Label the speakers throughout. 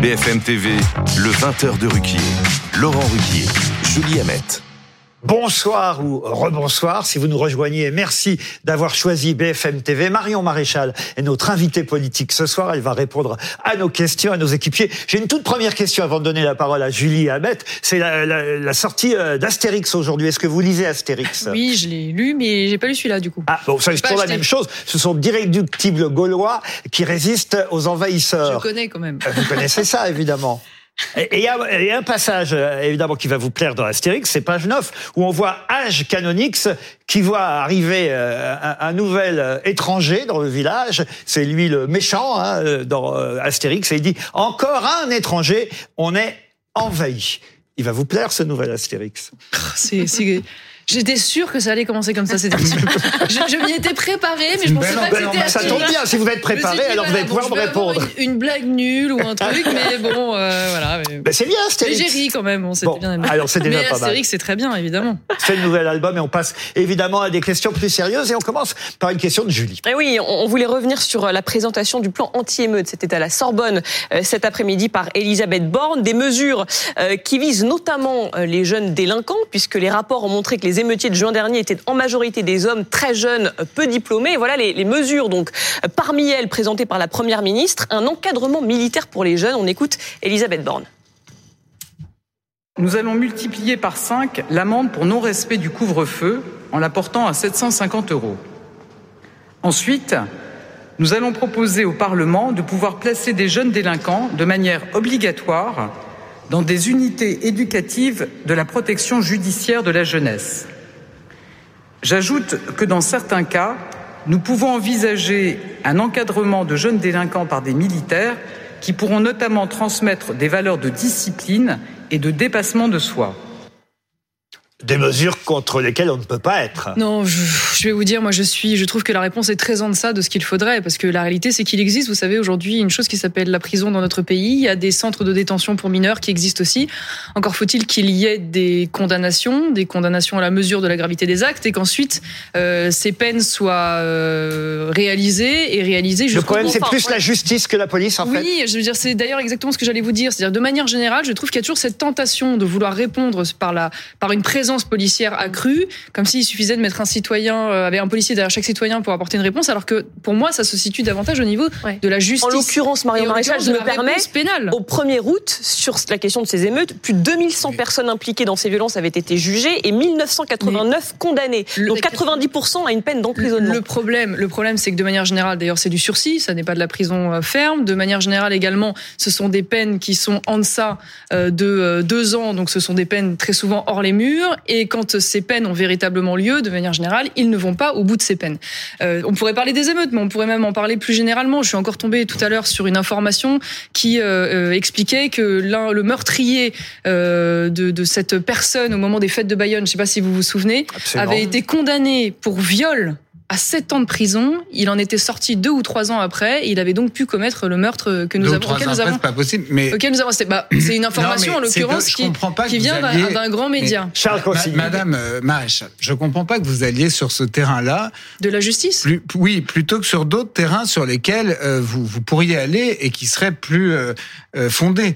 Speaker 1: BFM TV, le 20h de Ruquier. Laurent Ruquier, Julie Hamet.
Speaker 2: Bonsoir ou rebonsoir si vous nous rejoignez. Merci d'avoir choisi BFM TV. Marion Maréchal est notre invitée politique ce soir. Elle va répondre à nos questions, à nos équipiers. J'ai une toute première question avant de donner la parole à Julie Hamet. C'est la sortie d'Astérix aujourd'hui. Est-ce que vous lisez Astérix ?
Speaker 3: Oui, je l'ai lu, mais j'ai pas lu celui-là du coup.
Speaker 2: Ah bon, c'est toujours la même chose. Ce sont d'irréductibles Gaulois qui résistent aux envahisseurs.
Speaker 3: Je connais quand même.
Speaker 2: Vous connaissez ça, évidemment. Et il y a un passage, évidemment, qui va vous plaire dans Astérix, c'est page 9, où on voit Age Canonix qui voit arriver un nouvel étranger dans le village. C'est lui le méchant dans Astérix, et il dit « Encore un étranger, on est envahi ». Il va vous plaire, ce nouvel Astérix.
Speaker 3: J'étais sûre que ça allait commencer comme ça, cette émission. Je m'y étais préparée, mais je pensais pas que c'était
Speaker 2: ça tombe bien, si vous êtes préparé, alors vous allez pouvoir me répondre.
Speaker 3: Une blague nulle ou un truc, mais bon, voilà.
Speaker 2: Ben c'est bien, Astérix.
Speaker 3: Mais j'ai ri quand même, c'était bien aimé.
Speaker 2: Alors c'est déjà pas mal.
Speaker 3: Astérix, c'est très bien, évidemment.
Speaker 2: C'est le nouvel album et on passe évidemment à des questions plus sérieuses et on commence par une question de Julie.
Speaker 4: Et oui, on voulait revenir sur la présentation du plan anti-émeute. C'était à la Sorbonne cet après-midi par Elisabeth Borne. Des mesures qui visent notamment les jeunes délinquants, puisque les rapports ont montré que les émeutiers de juin dernier étaient en majorité des hommes très jeunes, peu diplômés. Et voilà les mesures, donc, parmi elles présentées par la Première ministre, un encadrement militaire pour les jeunes. On écoute Elisabeth Borne.
Speaker 5: Nous allons multiplier par 5 l'amende pour non-respect du couvre-feu en la portant à 750 €. Ensuite, nous allons proposer au Parlement de pouvoir placer des jeunes délinquants de manière obligatoire dans des unités éducatives de la protection judiciaire de la jeunesse. J'ajoute que dans certains cas, nous pouvons envisager un encadrement de jeunes délinquants par des militaires qui pourront notamment transmettre des valeurs de discipline et de dépassement de soi.
Speaker 2: Des mesures contre lesquelles on ne peut pas être.
Speaker 3: Non, je vais vous dire, moi je trouve que la réponse est très en deçà de ce qu'il faudrait, parce que la réalité c'est qu'il existe, vous savez, aujourd'hui une chose qui s'appelle la prison dans notre pays. Il y a des centres de détention pour mineurs qui existent aussi. Encore faut-il qu'il y ait des condamnations à la mesure de la gravité des actes, et qu'ensuite ces peines soient réalisées jusqu'au bout.
Speaker 2: Le problème c'est plus la justice que la police, en fait.
Speaker 3: Oui, je veux dire, c'est d'ailleurs exactement ce que j'allais vous dire. C'est-à-dire, de manière générale, je trouve qu'il y a toujours cette tentation de vouloir répondre par une présence policière accrue, comme s'il suffisait de mettre un policier derrière chaque citoyen pour apporter une réponse, alors que pour moi ça se situe davantage au niveau de la justice.
Speaker 4: En l'occurrence, Marion Maréchal, je me permets,
Speaker 3: pénale.
Speaker 4: Au 1er août, sur la question de ces émeutes, plus de 2100 personnes impliquées dans ces violences avaient été jugées et 1989 condamnées. Donc 90% à une peine d'emprisonnement.
Speaker 3: Le problème, c'est que de manière générale, d'ailleurs c'est du sursis, ça n'est pas de la prison ferme. De manière générale également, ce sont des peines qui sont en deçà de 2 ans, donc ce sont des peines très souvent hors les murs. Et quand ces peines ont véritablement lieu, de manière générale, ils ne vont pas au bout de ces peines. On pourrait parler des émeutes, mais on pourrait même en parler plus généralement. Je suis encore tombée tout à l'heure sur une information qui expliquait que le meurtrier de cette personne au moment des fêtes de Bayonne, je ne sais pas si vous vous souvenez, Absolument. Avait été condamné pour viol à 7 ans de prison. Il en était sorti 2 ou 3 ans après. Il avait donc pu commettre le meurtre que nous avons.
Speaker 6: C'est pas possible. Mais
Speaker 3: c'est une information en l'occurrence qui vient d'un grand média.
Speaker 2: Charles Consigny.
Speaker 6: Madame Maréchal, je comprends pas que vous alliez sur ce terrain-là.
Speaker 3: De la justice.
Speaker 6: Oui, plutôt que sur d'autres terrains sur lesquels vous pourriez aller et qui seraient plus fondés.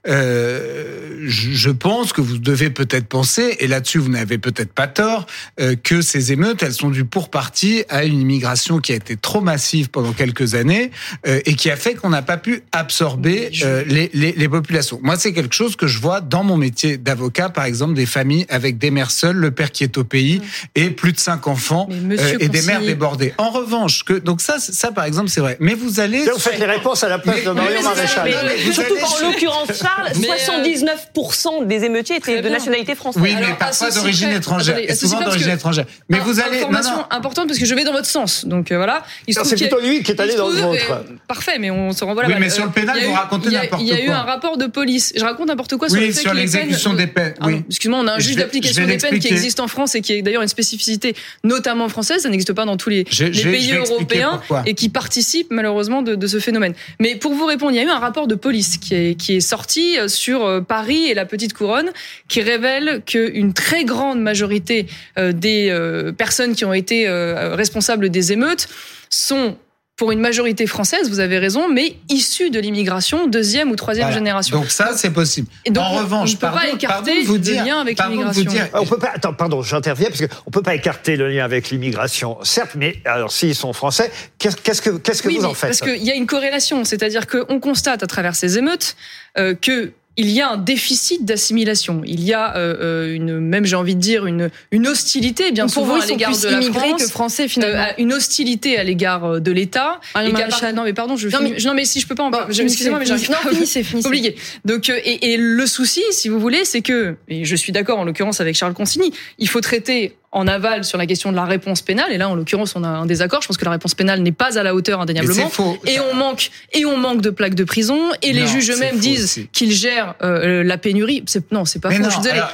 Speaker 6: Je pense que vous devez peut-être penser, et là-dessus vous n'avez peut-être pas tort, que ces émeutes, elles sont dues pour partie à une immigration qui a été trop massive pendant quelques années et qui a fait qu'on n'a pas pu absorber les populations. Moi, c'est quelque chose que je vois dans mon métier d'avocat, par exemple, des familles avec des mères seules, le père qui est au pays et plus de 5 enfants et des mères débordées. En revanche, donc ça par exemple, c'est vrai. Mais vous allez...
Speaker 2: Vous faites les réponses à la place de Marion Maréchal.
Speaker 4: Surtout qu'en l'occurrence, Charles, 79% des émeutiers étaient de nationalité française.
Speaker 6: Oui, mais parfois d'origine étrangère. Et souvent d'origine étrangère. Mais vous allez...
Speaker 3: Information importante, parce que je vais dans votre sens. Donc voilà.
Speaker 2: C'est plutôt lui qui est allé dans le vôtre.
Speaker 3: Parfait, mais on se renvoie là.
Speaker 6: Oui, mais sur le pénal, vous racontez n'importe quoi.
Speaker 3: Il y a eu un rapport de police. Je raconte n'importe quoi sur le fait
Speaker 6: sur l'exécution des peines. Oui.
Speaker 3: Excuse-moi, on a un juge d'application des peines qui existe en France et qui est d'ailleurs une spécificité notamment française. Ça n'existe pas dans tous les pays européens et qui participe malheureusement de ce phénomène. Mais pour vous répondre, il y a eu un rapport de police qui est sorti sur Paris et la Petite Couronne qui révèle qu'une très grande majorité des personnes qui ont été responsables des émeutes sont pour une majorité française, vous avez raison, mais issue de l'immigration, deuxième ou troisième génération.
Speaker 6: Donc ça, c'est possible.
Speaker 3: Et donc,
Speaker 6: en revanche,
Speaker 3: on ne peut pas écarter le lien avec l'immigration.
Speaker 2: On peut pas. Attends, pardon, j'interviens parce qu'on peut pas écarter le lien avec l'immigration, certes, mais alors s'ils sont français, qu'est-ce que vous en faites?
Speaker 3: Parce qu'il y a une corrélation, c'est-à-dire qu'on constate à travers ces émeutes que il y a un déficit d'assimilation. Il y a même j'ai envie de dire une hostilité bien souvent à l'égard de la France,
Speaker 7: que français finalement.
Speaker 3: Une hostilité à l'égard de l'État. Non mais pardon, non mais si je peux pas. Excusez-moi, mais j'arrive.
Speaker 7: Non, finissez.
Speaker 3: Compliqué. Donc et le souci, si vous voulez, c'est que, et je suis d'accord en l'occurrence avec Charles Consigny, il faut traiter en aval sur la question de la réponse pénale, et là en l'occurrence on a un désaccord. Je pense que la réponse pénale n'est pas à la hauteur indéniablement. Et on manque de plaques de prison, et les juges eux-mêmes disent qu'ils gèrent la pénurie. Non, c'est pas faux. Je suis désolée.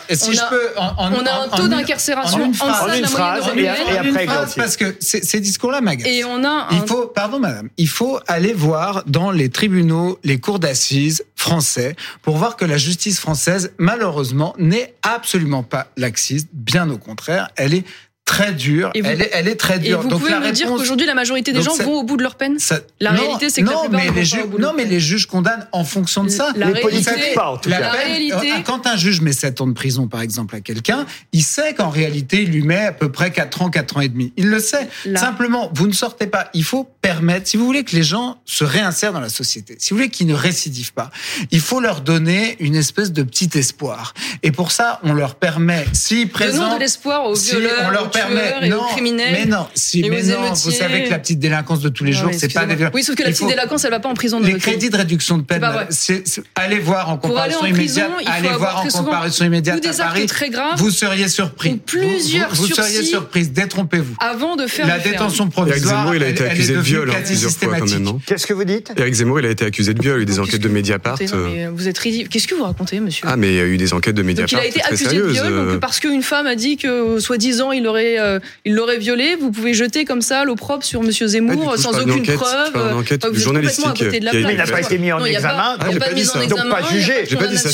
Speaker 3: On a un taux d'incarcération en deçà de la moyenne européenne.
Speaker 2: Et après,
Speaker 6: parce que ces discours-là m'agacent.
Speaker 3: Et on a
Speaker 6: pardon madame, il faut aller voir dans les tribunaux, les cours d'assises français pour voir que la justice française, malheureusement, n'est absolument pas laxiste. Bien au contraire, elle est très dure. Elle est très dure.
Speaker 3: Et vous pouvez me dire qu'aujourd'hui la majorité des gens vont au bout de leur peine. La réalité, c'est que la plupart vont pas au bout de leur peine.
Speaker 6: Les juges condamnent en fonction de ça.
Speaker 2: Les politiques pas, en tout cas.
Speaker 3: La réalité.
Speaker 6: Quand un juge met 7 ans de prison, par exemple, à quelqu'un, il sait qu'en réalité, il lui met à peu près 4 ans et demi. Il le sait. Simplement, vous ne sortez pas. Il faut permettre, si vous voulez que les gens se réinsèrent dans la société, si vous voulez qu'ils ne récidivent pas, il faut leur donner une espèce de petit espoir. Et pour ça, on leur permet, s'ils présentent...
Speaker 3: Donnons de l'espoir aux violeurs, et aux criminels.
Speaker 6: Mais non, vous savez que la petite délinquance de tous les jours, c'est pas des violeurs.
Speaker 3: Oui, sauf que la petite délinquance, elle va pas en prison.
Speaker 6: Les crédits de réduction de peine, allez voir en comparaison immédiate. Allez voir en comparaison immédiate à Paris. Vous seriez surpris. Vous seriez surprise. Détrompez-vous.
Speaker 3: Avant de faire
Speaker 6: la détention provisoire.
Speaker 8: Il a été accusé de viol plusieurs fois quand même, non ?
Speaker 2: Qu'est-ce que vous dites ?
Speaker 8: Éric Zemmour, il a été accusé de viol. Il y a eu des enquêtes de Mediapart.
Speaker 3: Vous êtes ridicule. Qu'est-ce que vous racontez, monsieur ?
Speaker 8: Ah, mais il y a eu des enquêtes de Mediapart.
Speaker 3: Donc il a été accusé de viol parce qu'une femme a dit que soi-disant il l'aurait violé. Vous pouvez jeter comme ça l'opprobre sur monsieur Zemmour sans aucune preuve.
Speaker 8: Une enquête journalistique.
Speaker 2: Mais il n'a pas été mis en examen, donc pas jugé.
Speaker 8: J'ai pas dit ça.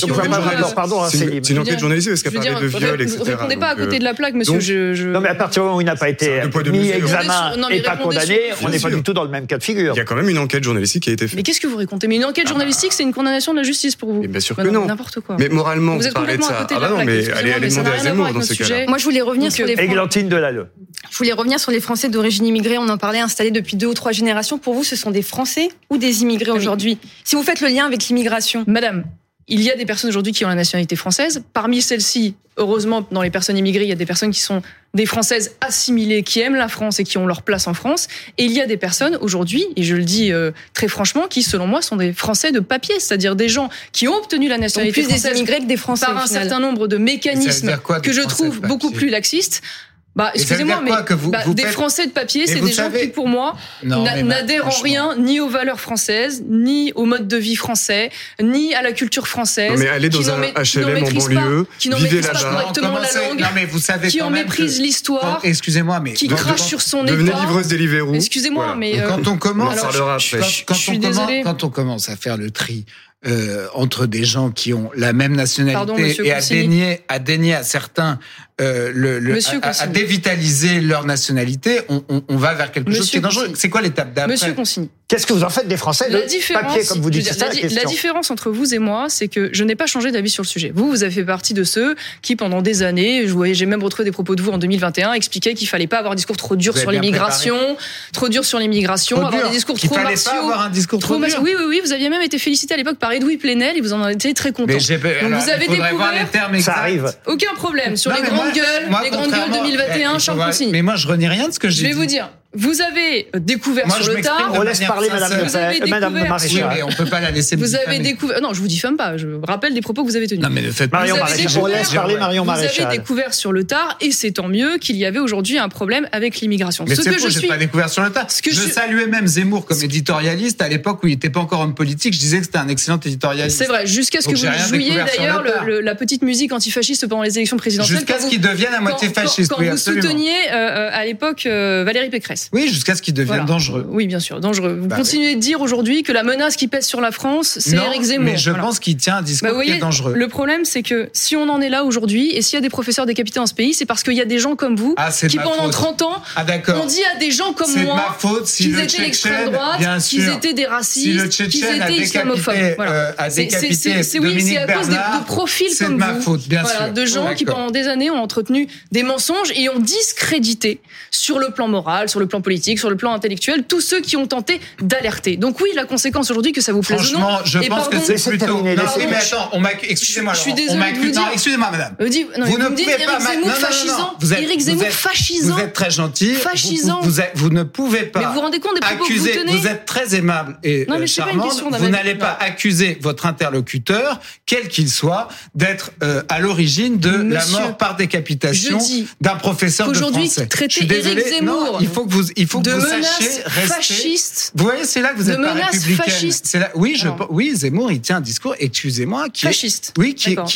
Speaker 8: C'est une enquête journalistique parce qu'elle parlait de viol, etc.
Speaker 3: Vous ne répondez pas à côté de la plaque, monsieur.
Speaker 2: Non, mais à partir du moment où il n'a pas été mis en examen et pas condamné, on n'est pas du tout dans le même cas de figure.
Speaker 8: Il y a quand même une enquête journalistique qui a été faite.
Speaker 3: Mais qu'est-ce que vous racontez ? Mais une enquête journalistique, c'est une condamnation de la justice pour vous ?
Speaker 8: Bien sûr que non.
Speaker 3: N'importe quoi.
Speaker 8: Mais moralement,
Speaker 3: vous êtes complètement à côté de la plaque.
Speaker 8: mais allez demander à Zemmour dans ces cas-là.
Speaker 7: Moi, je voulais revenir sur les
Speaker 2: Églantine Delalleux.
Speaker 7: Je voulais revenir sur les Français d'origine immigrée. On en parlait, installés depuis 2 ou 3 générations. Pour vous, ce sont des Français ou des immigrés aujourd'hui ? Si vous faites le lien avec l'immigration.
Speaker 3: Madame, il y a des personnes aujourd'hui qui ont la nationalité française. Parmi celles-ci, heureusement, dans les personnes immigrées, il y a des personnes qui sont des Françaises assimilées, qui aiment la France et qui ont leur place en France. Et il y a des personnes aujourd'hui, et je le dis très franchement, qui, selon moi, sont des Français de papier, c'est-à-dire des gens qui ont obtenu la nationalité
Speaker 7: française
Speaker 3: des immigrés que des Français par un certain nombre de mécanismes que je trouve beaucoup plus laxistes. Excusez-moi, mais des Français de papier, c'est des gens qui, pour moi, n'adhèrent en rien ni aux valeurs françaises, ni au mode de vie français, ni à la culture française.
Speaker 8: Non, mais allez dans un HLM en banlieue,
Speaker 3: qui n'en maîtrisent pas correctement la langue, qui en méprisent l'histoire,
Speaker 6: excusez-moi, mais
Speaker 3: qui crache sur son État.
Speaker 8: Devenez livreuse Deliveroo.
Speaker 3: Excusez-moi, mais
Speaker 6: quand on commence,
Speaker 3: quand
Speaker 6: on commence à faire le tri entre des gens qui ont la même nationalité et à dénier à certains à dévitaliser leur nationalité, on va vers quelque chose qui est dangereux. C'est quoi l'étape d'après ?
Speaker 3: Monsieur Consigny.
Speaker 2: Qu'est-ce que vous en faites des Français de papier, comme vous dites ?
Speaker 3: La différence entre vous et moi, c'est que je n'ai pas changé d'avis sur le sujet. Vous avez fait partie de ceux qui, pendant des années, j'ai même retrouvé des propos de vous en 2021, expliquaient qu'il fallait pas avoir un discours trop dur sur l'immigration, avoir des discours trop martiaux.
Speaker 6: Pas avoir un discours trop dur.
Speaker 3: Oui, vous aviez même été félicité à l'époque par Edoui Plenel et vous en avez été très content. Donc vous avez découvert.
Speaker 2: Ça arrive.
Speaker 3: Aucun problème sur les grandes gueules, 2021, Charles Consigny.
Speaker 6: Mais moi, je renie rien de ce que j'ai dit.
Speaker 3: Je vais vous dire. Vous avez découvert sur le tard.
Speaker 2: On laisse parler Madame de Maréchal.
Speaker 6: Oui, mais on peut pas la laisser.
Speaker 3: Vous avez découvert. Non, je vous diffame pas. Je rappelle des propos que vous avez tenus.
Speaker 6: Non, mais ne faites pas.
Speaker 2: Marion Maréchal. On laisse parler Marion Maréchal.
Speaker 3: Vous avez découvert sur le tard, et c'est tant mieux qu'il y avait aujourd'hui un problème avec l'immigration.
Speaker 6: Mais c'est faux, j'ai pas découvert sur le tard. Je saluais même Zemmour comme éditorialiste à l'époque où il n'était pas encore homme politique. Je disais que c'était un excellent éditorialiste.
Speaker 3: C'est vrai, jusqu'à ce que vous jouiez d'ailleurs la petite musique antifasciste pendant les élections présidentielles.
Speaker 6: Jusqu'à ce qu'il devienne à moitié fasciste.
Speaker 3: Quand vous souteniez à l'époque Valérie Pécresse. menace.
Speaker 6: Oui, jusqu'à ce qu'ils deviennent dangereux.
Speaker 3: Oui, bien sûr, dangereux. Vous continuez de dire aujourd'hui que la menace qui pèse sur la France, c'est Éric Zemmour.
Speaker 6: Mais je pense qu'il tient un discours qui est dangereux.
Speaker 3: Le problème, c'est que si on en est là aujourd'hui, et s'il y a des professeurs décapités dans ce pays, c'est parce qu'il y a des gens comme vous qui, pendant 30 ans, ont dit à des gens comme moi qu'ils étaient l'extrême droite, qu'ils étaient des racistes, qu'ils étaient islamophobes. C'est à cause de profils comme vous, de gens qui, pendant des années, ont entretenu des mensonges et ont discrédité sur le plan moral, sur le plan politique, sur le plan intellectuel, tous ceux qui ont tenté d'alerter. Donc oui, la conséquence aujourd'hui, que ça vous plaise ou non.
Speaker 6: Franchement, je pense que c'est plutôt... Non, mais attends, excusez-moi,
Speaker 3: je suis désolé de vous dire...
Speaker 6: Non, excusez-moi, madame.
Speaker 3: Vous ne pouvez pas... Éric Zemmour fascisant.
Speaker 6: Vous êtes très gentil.
Speaker 3: Fascisant.
Speaker 6: Vous ne pouvez pas...
Speaker 3: Mais vous vous rendez compte des propos que vous tenez?
Speaker 6: Vous êtes très aimable et charmante. Vous n'allez pas accuser votre interlocuteur, quel qu'il soit, d'être à l'origine de la mort par décapitation d'un professeur de français.
Speaker 3: Aujourd'hui, traiter Éric Zemmour
Speaker 6: il faut que vous sachiez rester.
Speaker 3: Fasciste.
Speaker 6: Vous voyez, c'est là que vous êtes pas républicaine.
Speaker 3: Fasciste.
Speaker 6: Oui, Zemmour, il tient un discours, excusez-moi, qui
Speaker 3: fasciste.
Speaker 6: Oui,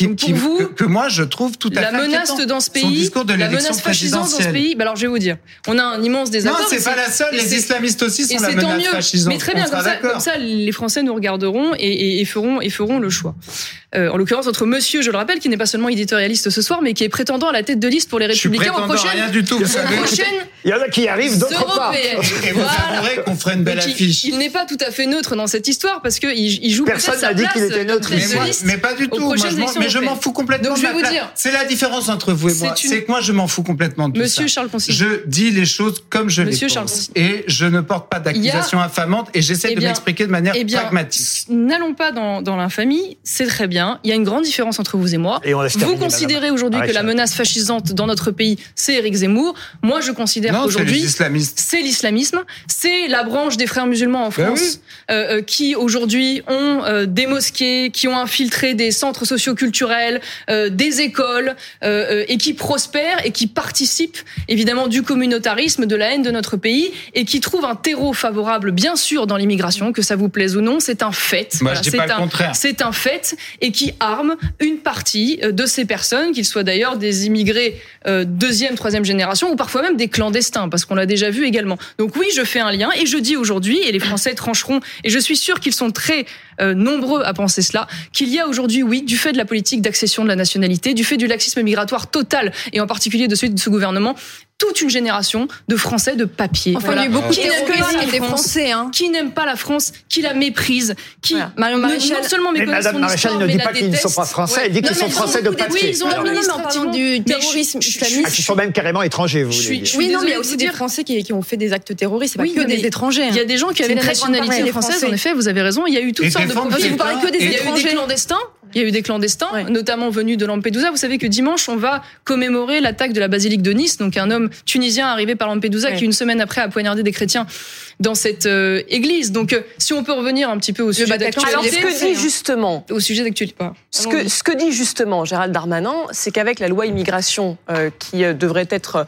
Speaker 6: que moi je trouve tout à fait
Speaker 3: la menace dans ce pays,
Speaker 6: son discours de
Speaker 3: la
Speaker 6: l'élection
Speaker 3: menace fascisante
Speaker 6: présidentielle.
Speaker 3: dans ce pays. Alors je vais vous dire, on a un immense désaccord.
Speaker 6: Non, c'est pas la seule. Les islamistes aussi sont la menace fascisante.
Speaker 3: Mais très bien, comme ça, les Français nous regarderont et feront le choix. En l'occurrence, notre monsieur, je le rappelle, qui n'est pas seulement éditorialiste ce soir, mais qui est prétendant à la tête de liste pour les Républicains
Speaker 6: en prochaine. Rien du tout, vous savez.
Speaker 2: Il y en a qui arrivent, d'autres pas.
Speaker 6: Et vous avouerez qu'on ferait une belle affiche.
Speaker 3: Il n'est pas tout à fait neutre dans cette histoire parce qu'il joue
Speaker 2: personne n'a dit qu'il était neutre.
Speaker 6: Mais pas du tout. Mais je m'en fous complètement.
Speaker 3: Donc je vais vous dire.
Speaker 6: C'est la différence entre vous et moi. C'est que moi je m'en fous complètement de tout ça.
Speaker 3: Monsieur Charles Consigny.
Speaker 6: Je dis les choses comme je les pense. Et je ne porte pas d'accusations infamantes et j'essaie de m'expliquer de manière pragmatique.
Speaker 3: N'allons pas dans l'infamie. C'est très bien. Il y a une grande différence entre vous et moi. Vous considérez aujourd'hui que la menace fascisante dans notre pays, c'est Éric Zemmour. Moi, je considère qu'aujourd'hui, c'est l'islamisme. C'est la branche des frères musulmans en France qui aujourd'hui ont des mosquées, qui ont infiltré des centres socioculturels, des écoles et qui prospèrent et qui participent évidemment du communautarisme, de la haine de notre pays et qui trouvent un terreau favorable, bien sûr, dans l'immigration, que ça vous plaise ou non, c'est un fait.
Speaker 6: Moi, je dis pas le contraire.
Speaker 3: C'est un fait et qui arme une partie de ces personnes, qu'ils soient d'ailleurs des immigrés deuxième, troisième génération ou parfois même des clandestins, parce qu'on l'a déjà vu également. Donc oui, je fais un lien et je dis aujourd'hui, et les Français trancheront, et je suis sûr qu'ils sont très nombreux à penser cela, qu'il y a aujourd'hui, oui, du fait de la politique d'accession de la nationalité, du fait du laxisme migratoire total, et en particulier de celui de ce gouvernement, toute une génération de Français de papier.
Speaker 7: Enfin, il y a eu beaucoup de Français
Speaker 3: qui n'aiment pas la France, qui la méprisent, qui
Speaker 7: Marion Maréchal,
Speaker 3: non seulement méconnaissent son histoire,
Speaker 2: ne dit pas qu'ils ne sont pas français, elle dit qu'ils sont français de papier.
Speaker 3: Oui, ils ont
Speaker 7: administrativement du terrorisme islamiste.
Speaker 2: Ils sont même carrément étrangers, vous voulez dire.
Speaker 7: Oui, non, mais il y a aussi des Français qui ont fait des actes terroristes, c'est pas que des étrangers.
Speaker 3: Il y a des gens qui avaient la nationalité française, en effet, vous avez raison, il y a eu toutes sortes de
Speaker 7: profils. Vous parlez que des étrangers.
Speaker 3: Il y a eu des clandestins, notamment venus de Lampedusa. Vous savez que dimanche, on va commémorer l'attaque de la basilique de Nice, donc un homme tunisien arrivé par Lampedusa qui, une semaine après, a poignardé des chrétiens dans cette église. Donc, si on peut revenir un petit peu au sujet d'actualité.
Speaker 4: Alors, ce que dit justement...
Speaker 3: Au sujet d'actualité.
Speaker 4: Ce que dit justement Gérald Darmanin, c'est qu'avec la loi immigration qui devrait être...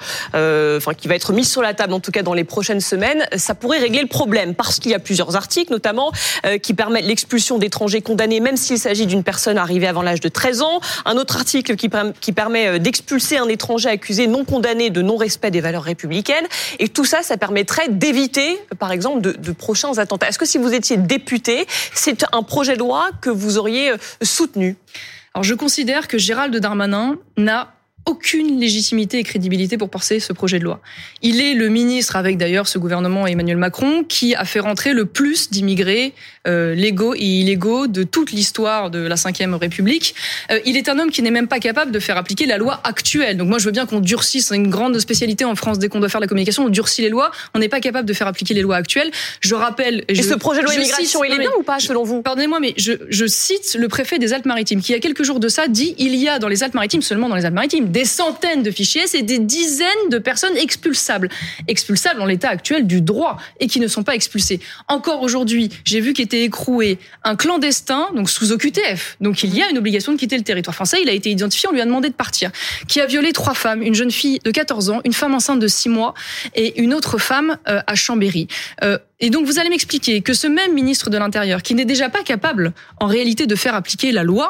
Speaker 4: qui va être mise sur la table, en tout cas dans les prochaines semaines, ça pourrait régler le problème. Parce qu'il y a plusieurs articles, notamment, qui permettent l'expulsion d'étrangers condamnés, même s'il s'agit d'une personne arrivée avant l'âge de 13 ans. Un autre article qui permet d'expulser un étranger accusé non condamné de non-respect des valeurs républicaines. Et tout ça, ça permettrait d'éviter, par exemple, de prochains attentats. Est-ce que si vous étiez député, c'est un projet de loi que vous auriez soutenu ?
Speaker 3: Alors, je considère que Gérald Darmanin n'a aucune légitimité et crédibilité pour porter ce projet de loi. Il est le ministre, avec d'ailleurs ce gouvernement Emmanuel Macron, qui a fait rentrer le plus d'immigrés légaux et illégaux de toute l'histoire de la Ve République. Il est un homme qui n'est même pas capable de faire appliquer la loi actuelle. Donc moi, je veux bien qu'on durcisse, c'est une grande spécialité en France, dès qu'on doit faire la communication, on durcit les lois, on n'est pas capable de faire appliquer les lois actuelles. Je rappelle...
Speaker 4: Et ce projet de loi immigration, il est bien ou pas, selon vous ?
Speaker 3: Pardonnez-moi, mais je cite le préfet des Alpes-Maritimes, qui il y a quelques jours de ça dit, il y a dans les Alpes-Maritimes, seulement dans les Alpes-Maritimes, des centaines de fichiers, c'est des dizaines de personnes expulsables en l'état actuel du droit et qui ne sont pas expulsées. Encore aujourd'hui, j'ai vu qu'était écroué un clandestin, donc sous OQTF. Donc il y a une obligation de quitter le territoire français. Il a été identifié, on lui a demandé de partir. Qui a violé 3 femmes, une jeune fille de 14 ans, une femme enceinte de 6 mois et une autre femme à Chambéry. Et donc vous allez m'expliquer que ce même ministre de l'Intérieur, qui n'est déjà pas capable en réalité de faire appliquer la loi,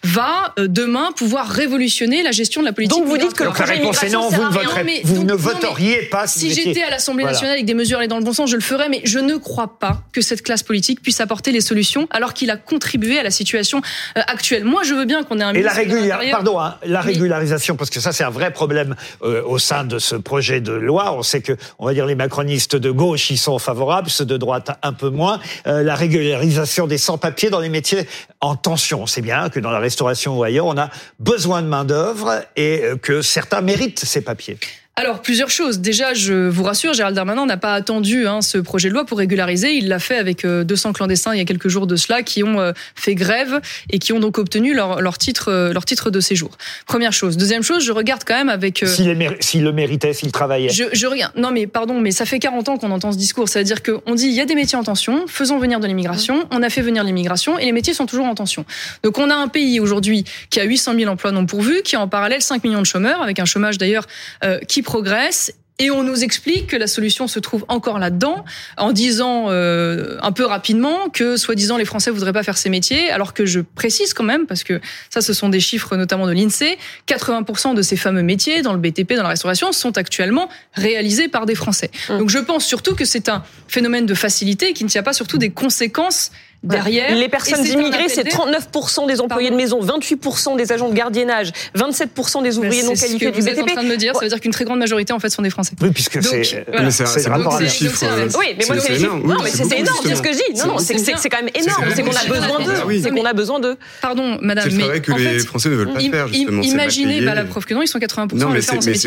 Speaker 3: va demain pouvoir révolutionner la gestion de la politique.
Speaker 4: Donc vous dites que le projet immigration sert à rien.
Speaker 2: Vous ne voteriez pas
Speaker 3: si j'étais à l'Assemblée nationale avec des mesures allées dans le bon sens, je le ferais, mais je ne crois pas que cette classe politique puisse apporter les solutions alors qu'il a contribué à la situation actuelle. Moi, je veux bien qu'on ait un ministre de l'Intérieur.
Speaker 2: La régularisation, parce que ça c'est un vrai problème au sein de ce projet de loi. On sait que, on va dire, les macronistes de gauche y sont favorables, ceux de droite un peu moins. La régularisation des sans-papiers dans les métiers en tension. On sait bien que dans la restauration ou ailleurs, on a besoin de main-d'œuvre et que certains méritent ces papiers.
Speaker 3: Alors, plusieurs choses. Déjà, je vous rassure, Gérald Darmanin n'a pas attendu ce projet de loi pour régulariser. Il l'a fait avec 200 clandestins il y a quelques jours de cela qui ont fait grève et qui ont donc obtenu leur titre de séjour. Première chose. Deuxième chose, je regarde quand même avec...
Speaker 2: S'il le méritait, s'il travaillait.
Speaker 3: Je regarde. Non mais pardon, mais ça fait 40 ans qu'on entend ce discours. Ça veut dire qu'on dit il y a des métiers en tension, faisons venir de l'immigration. On a fait venir l'immigration et les métiers sont toujours en tension. Donc on a un pays aujourd'hui qui a 800 000 emplois non pourvus, qui a en parallèle 5 millions de chômeurs, avec un chômage d'ailleurs qui progresse. Et on nous explique que la solution se trouve encore là-dedans, en disant un peu rapidement que, soi-disant, les Français voudraient pas faire ces métiers, alors que je précise quand même, parce que ça, ce sont des chiffres notamment de l'INSEE, 80% de ces fameux métiers, dans le BTP, dans la restauration, sont actuellement réalisés par des Français. Donc je pense surtout que c'est un phénomène de facilité qui ne tient pas surtout des conséquences derrière.
Speaker 4: Les personnes immigrées, c'est 39% des employés de maison, 28% des agents de gardiennage, 27% des ouvriers non qualifiés du BTP.
Speaker 3: C'est ce que vous êtes en train de me dire, ça veut dire qu'une très grande majorité en fait sont des Français.
Speaker 2: Oui, puisque c'est
Speaker 8: rapport à les chiffres.
Speaker 4: Oui, mais moi c'est énorme. Non, mais c'est énorme, c'est ce que je dis. Non, c'est quand même énorme. C'est qu'on a besoin d'eux. C'est qu'on a besoin d'eux.
Speaker 3: Pardon, madame.
Speaker 8: C'est le travail que les Français ne veulent pas faire, justement.
Speaker 3: Imaginez, la preuve que non, ils sont 80% à le faire en ce métier.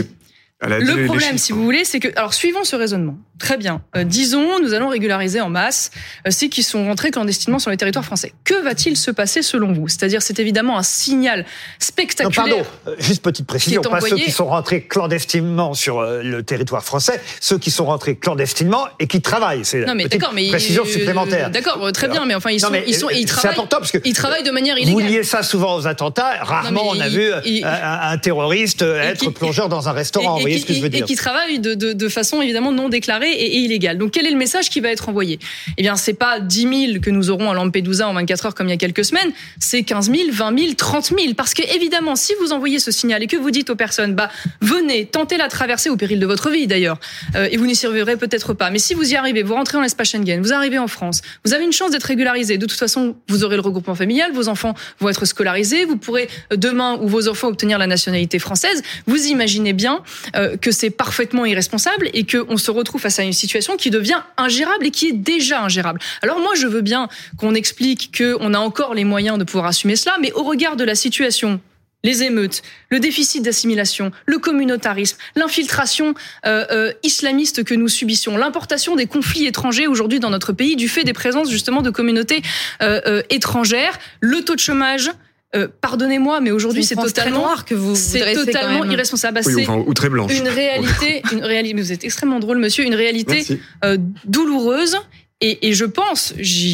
Speaker 3: Le problème, si vous voulez, c'est que... Alors, suivons ce raisonnement. Très bien. Disons, nous allons régulariser en masse ceux qui sont rentrés clandestinement sur les territoires français. Que va-t-il se passer selon vous ? C'est-à-dire, c'est évidemment un signal spectaculaire.
Speaker 2: Non, pardon, juste petite précision, pas ceux qui sont rentrés clandestinement sur le territoire français, ceux qui sont rentrés clandestinement et qui travaillent. C'est une petite précision supplémentaire.
Speaker 3: D'accord, très bien, mais enfin, ils travaillent.
Speaker 2: C'est important parce que
Speaker 3: ils travaillent de manière illégale.
Speaker 2: Vous liez ça souvent aux attentats. Rarement on a vu un terroriste être plongeur dans un restaurant. Vous voyez ce que je veux dire ?
Speaker 3: Et qui travaillent de façon évidemment non déclarée et illégale. Donc quel est le message qui va être envoyé ? Eh bien, c'est pas 10 000 que nous aurons à Lampedusa en 24 heures comme il y a quelques semaines, c'est 15 000, 20 000, 30 000. Parce que évidemment, si vous envoyez ce signal et que vous dites aux personnes, venez, tentez la traversée au péril de votre vie d'ailleurs, et vous n'y survivrez peut-être pas. Mais si vous y arrivez, vous rentrez dans l'espace Schengen, vous arrivez en France, vous avez une chance d'être régularisé. De toute façon, vous aurez le regroupement familial, vos enfants vont être scolarisés, vous pourrez demain ou vos enfants obtenir la nationalité française. Vous imaginez bien que c'est parfaitement irresponsable et qu'on se retrouve face à une situation qui devient ingérable et qui est déjà ingérable. Alors moi, je veux bien qu'on explique qu'on a encore les moyens de pouvoir assumer cela, mais au regard de la situation, les émeutes, le déficit d'assimilation, le communautarisme, l'infiltration islamiste que nous subissions, l'importation des conflits étrangers aujourd'hui dans notre pays du fait des présences justement de communautés étrangères, le taux de chômage... pardonnez-moi, mais aujourd'hui c'est totalement
Speaker 7: noir que
Speaker 3: c'est totalement irresponsable.
Speaker 8: Ou très blanche.
Speaker 3: Une réalité, mais vous êtes extrêmement drôle, monsieur. Une réalité douloureuse. Et je pense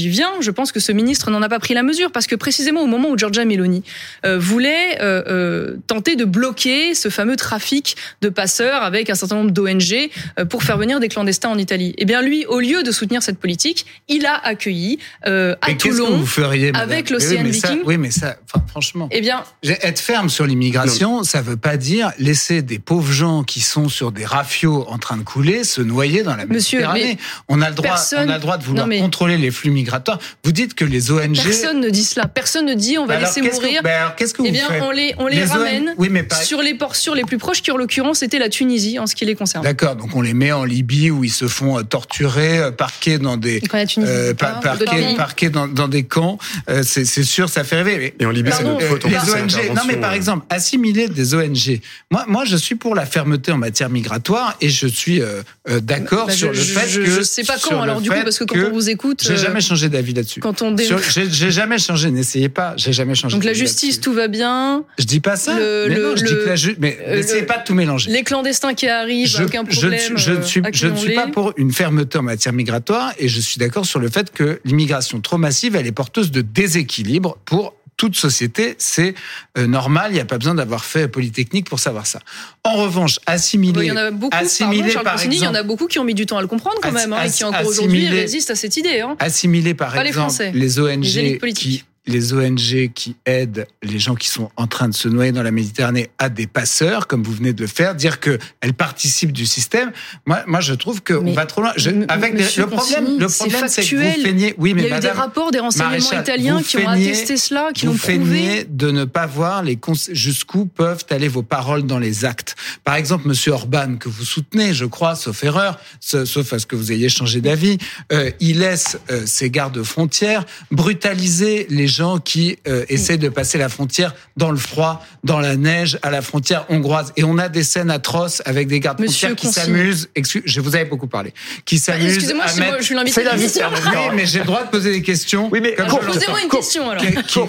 Speaker 3: que ce ministre n'en a pas pris la mesure parce que précisément au moment où Giorgia Meloni voulait tenter de bloquer ce fameux trafic de passeurs avec un certain nombre d'ONG pour faire venir des clandestins en Italie. Eh bien lui, au lieu de soutenir cette politique, il a accueilli à Toulon
Speaker 6: vous feriez,
Speaker 3: avec l'Ocean Viking.
Speaker 6: Oui, mais ça, franchement,
Speaker 3: eh bien,
Speaker 6: être ferme sur l'immigration, ça veut pas dire laisser des pauvres gens qui sont sur des rafios en train de couler se noyer dans la Méditerranée. On a le droit de vouloir contrôler les flux migratoires. Vous dites que les ONG...
Speaker 3: Personne ne dit cela. Personne ne dit on va laisser mourir.
Speaker 6: Qu'est-ce que vous faites ?
Speaker 3: On les ramène sur les ports sûrs les plus proches, qui en l'occurrence était la Tunisie en ce qui les concerne.
Speaker 6: D'accord, donc on les met en Libye où ils se font torturer, parquer dans des parqués dans des camps. C'est sûr, ça fait rêver.
Speaker 8: Et en Libye, c'est notre faute.
Speaker 6: Les ONG. Non, mais par exemple, assimiler des ONG. Moi, je suis pour la fermeté en matière migratoire et je suis d'accord sur le fait que...
Speaker 3: Je sais pas quand, alors du coup, parce que quand on vous écoute...
Speaker 6: J'ai jamais changé d'avis là-dessus.
Speaker 3: Quand on
Speaker 6: j'ai jamais changé, n'essayez pas, j'ai jamais changé.
Speaker 3: Donc la justice, tout va bien.
Speaker 6: Je dis pas ça. Je dis que mais n'essayez pas de tout mélanger.
Speaker 3: Les clandestins qui arrivent, aucun problème.
Speaker 6: Je ne suis pas pour une fermeté en matière migratoire et je suis d'accord sur le fait que l'immigration trop massive, elle est porteuse de déséquilibre pour toute société, c'est normal, il n'y a pas besoin d'avoir fait Polytechnique pour savoir ça. En revanche, assimiler...
Speaker 3: Il y en a beaucoup, par exemple, il y en a beaucoup qui ont mis du temps à le comprendre quand même, et qui encore aujourd'hui résistent à cette idée.
Speaker 6: Assimiler par exemple les ONG qui aident les gens qui sont en train de se noyer dans la Méditerranée à des passeurs, comme vous venez de le faire, dire qu'elles participent du système. Moi, je trouve qu'on va trop loin. Le problème, c'est que vous feignez... Oui, mais
Speaker 3: il y a eu des rapports des renseignements italiens qui ont attesté cela, qui l'ont prouvé.
Speaker 6: Vous feignez de ne pas voir jusqu'où peuvent aller vos paroles dans les actes. Par exemple, Monsieur Orban, que vous soutenez, je crois, sauf erreur, sauf à ce que vous ayez changé d'avis, il laisse ses gardes-frontières brutaliser les gens qui essaient de passer la frontière dans le froid, dans la neige, à la frontière hongroise. Et on a des scènes atroces avec des gardes-frontières qui s'amusent... je vous avais beaucoup parlez. Qui s'amusent
Speaker 3: excusez-moi,
Speaker 6: à mettre...
Speaker 3: je suis l'invité.
Speaker 6: Oui, mais j'ai le droit de poser des questions.
Speaker 2: Oui, mais
Speaker 3: posez-moi une question, alors.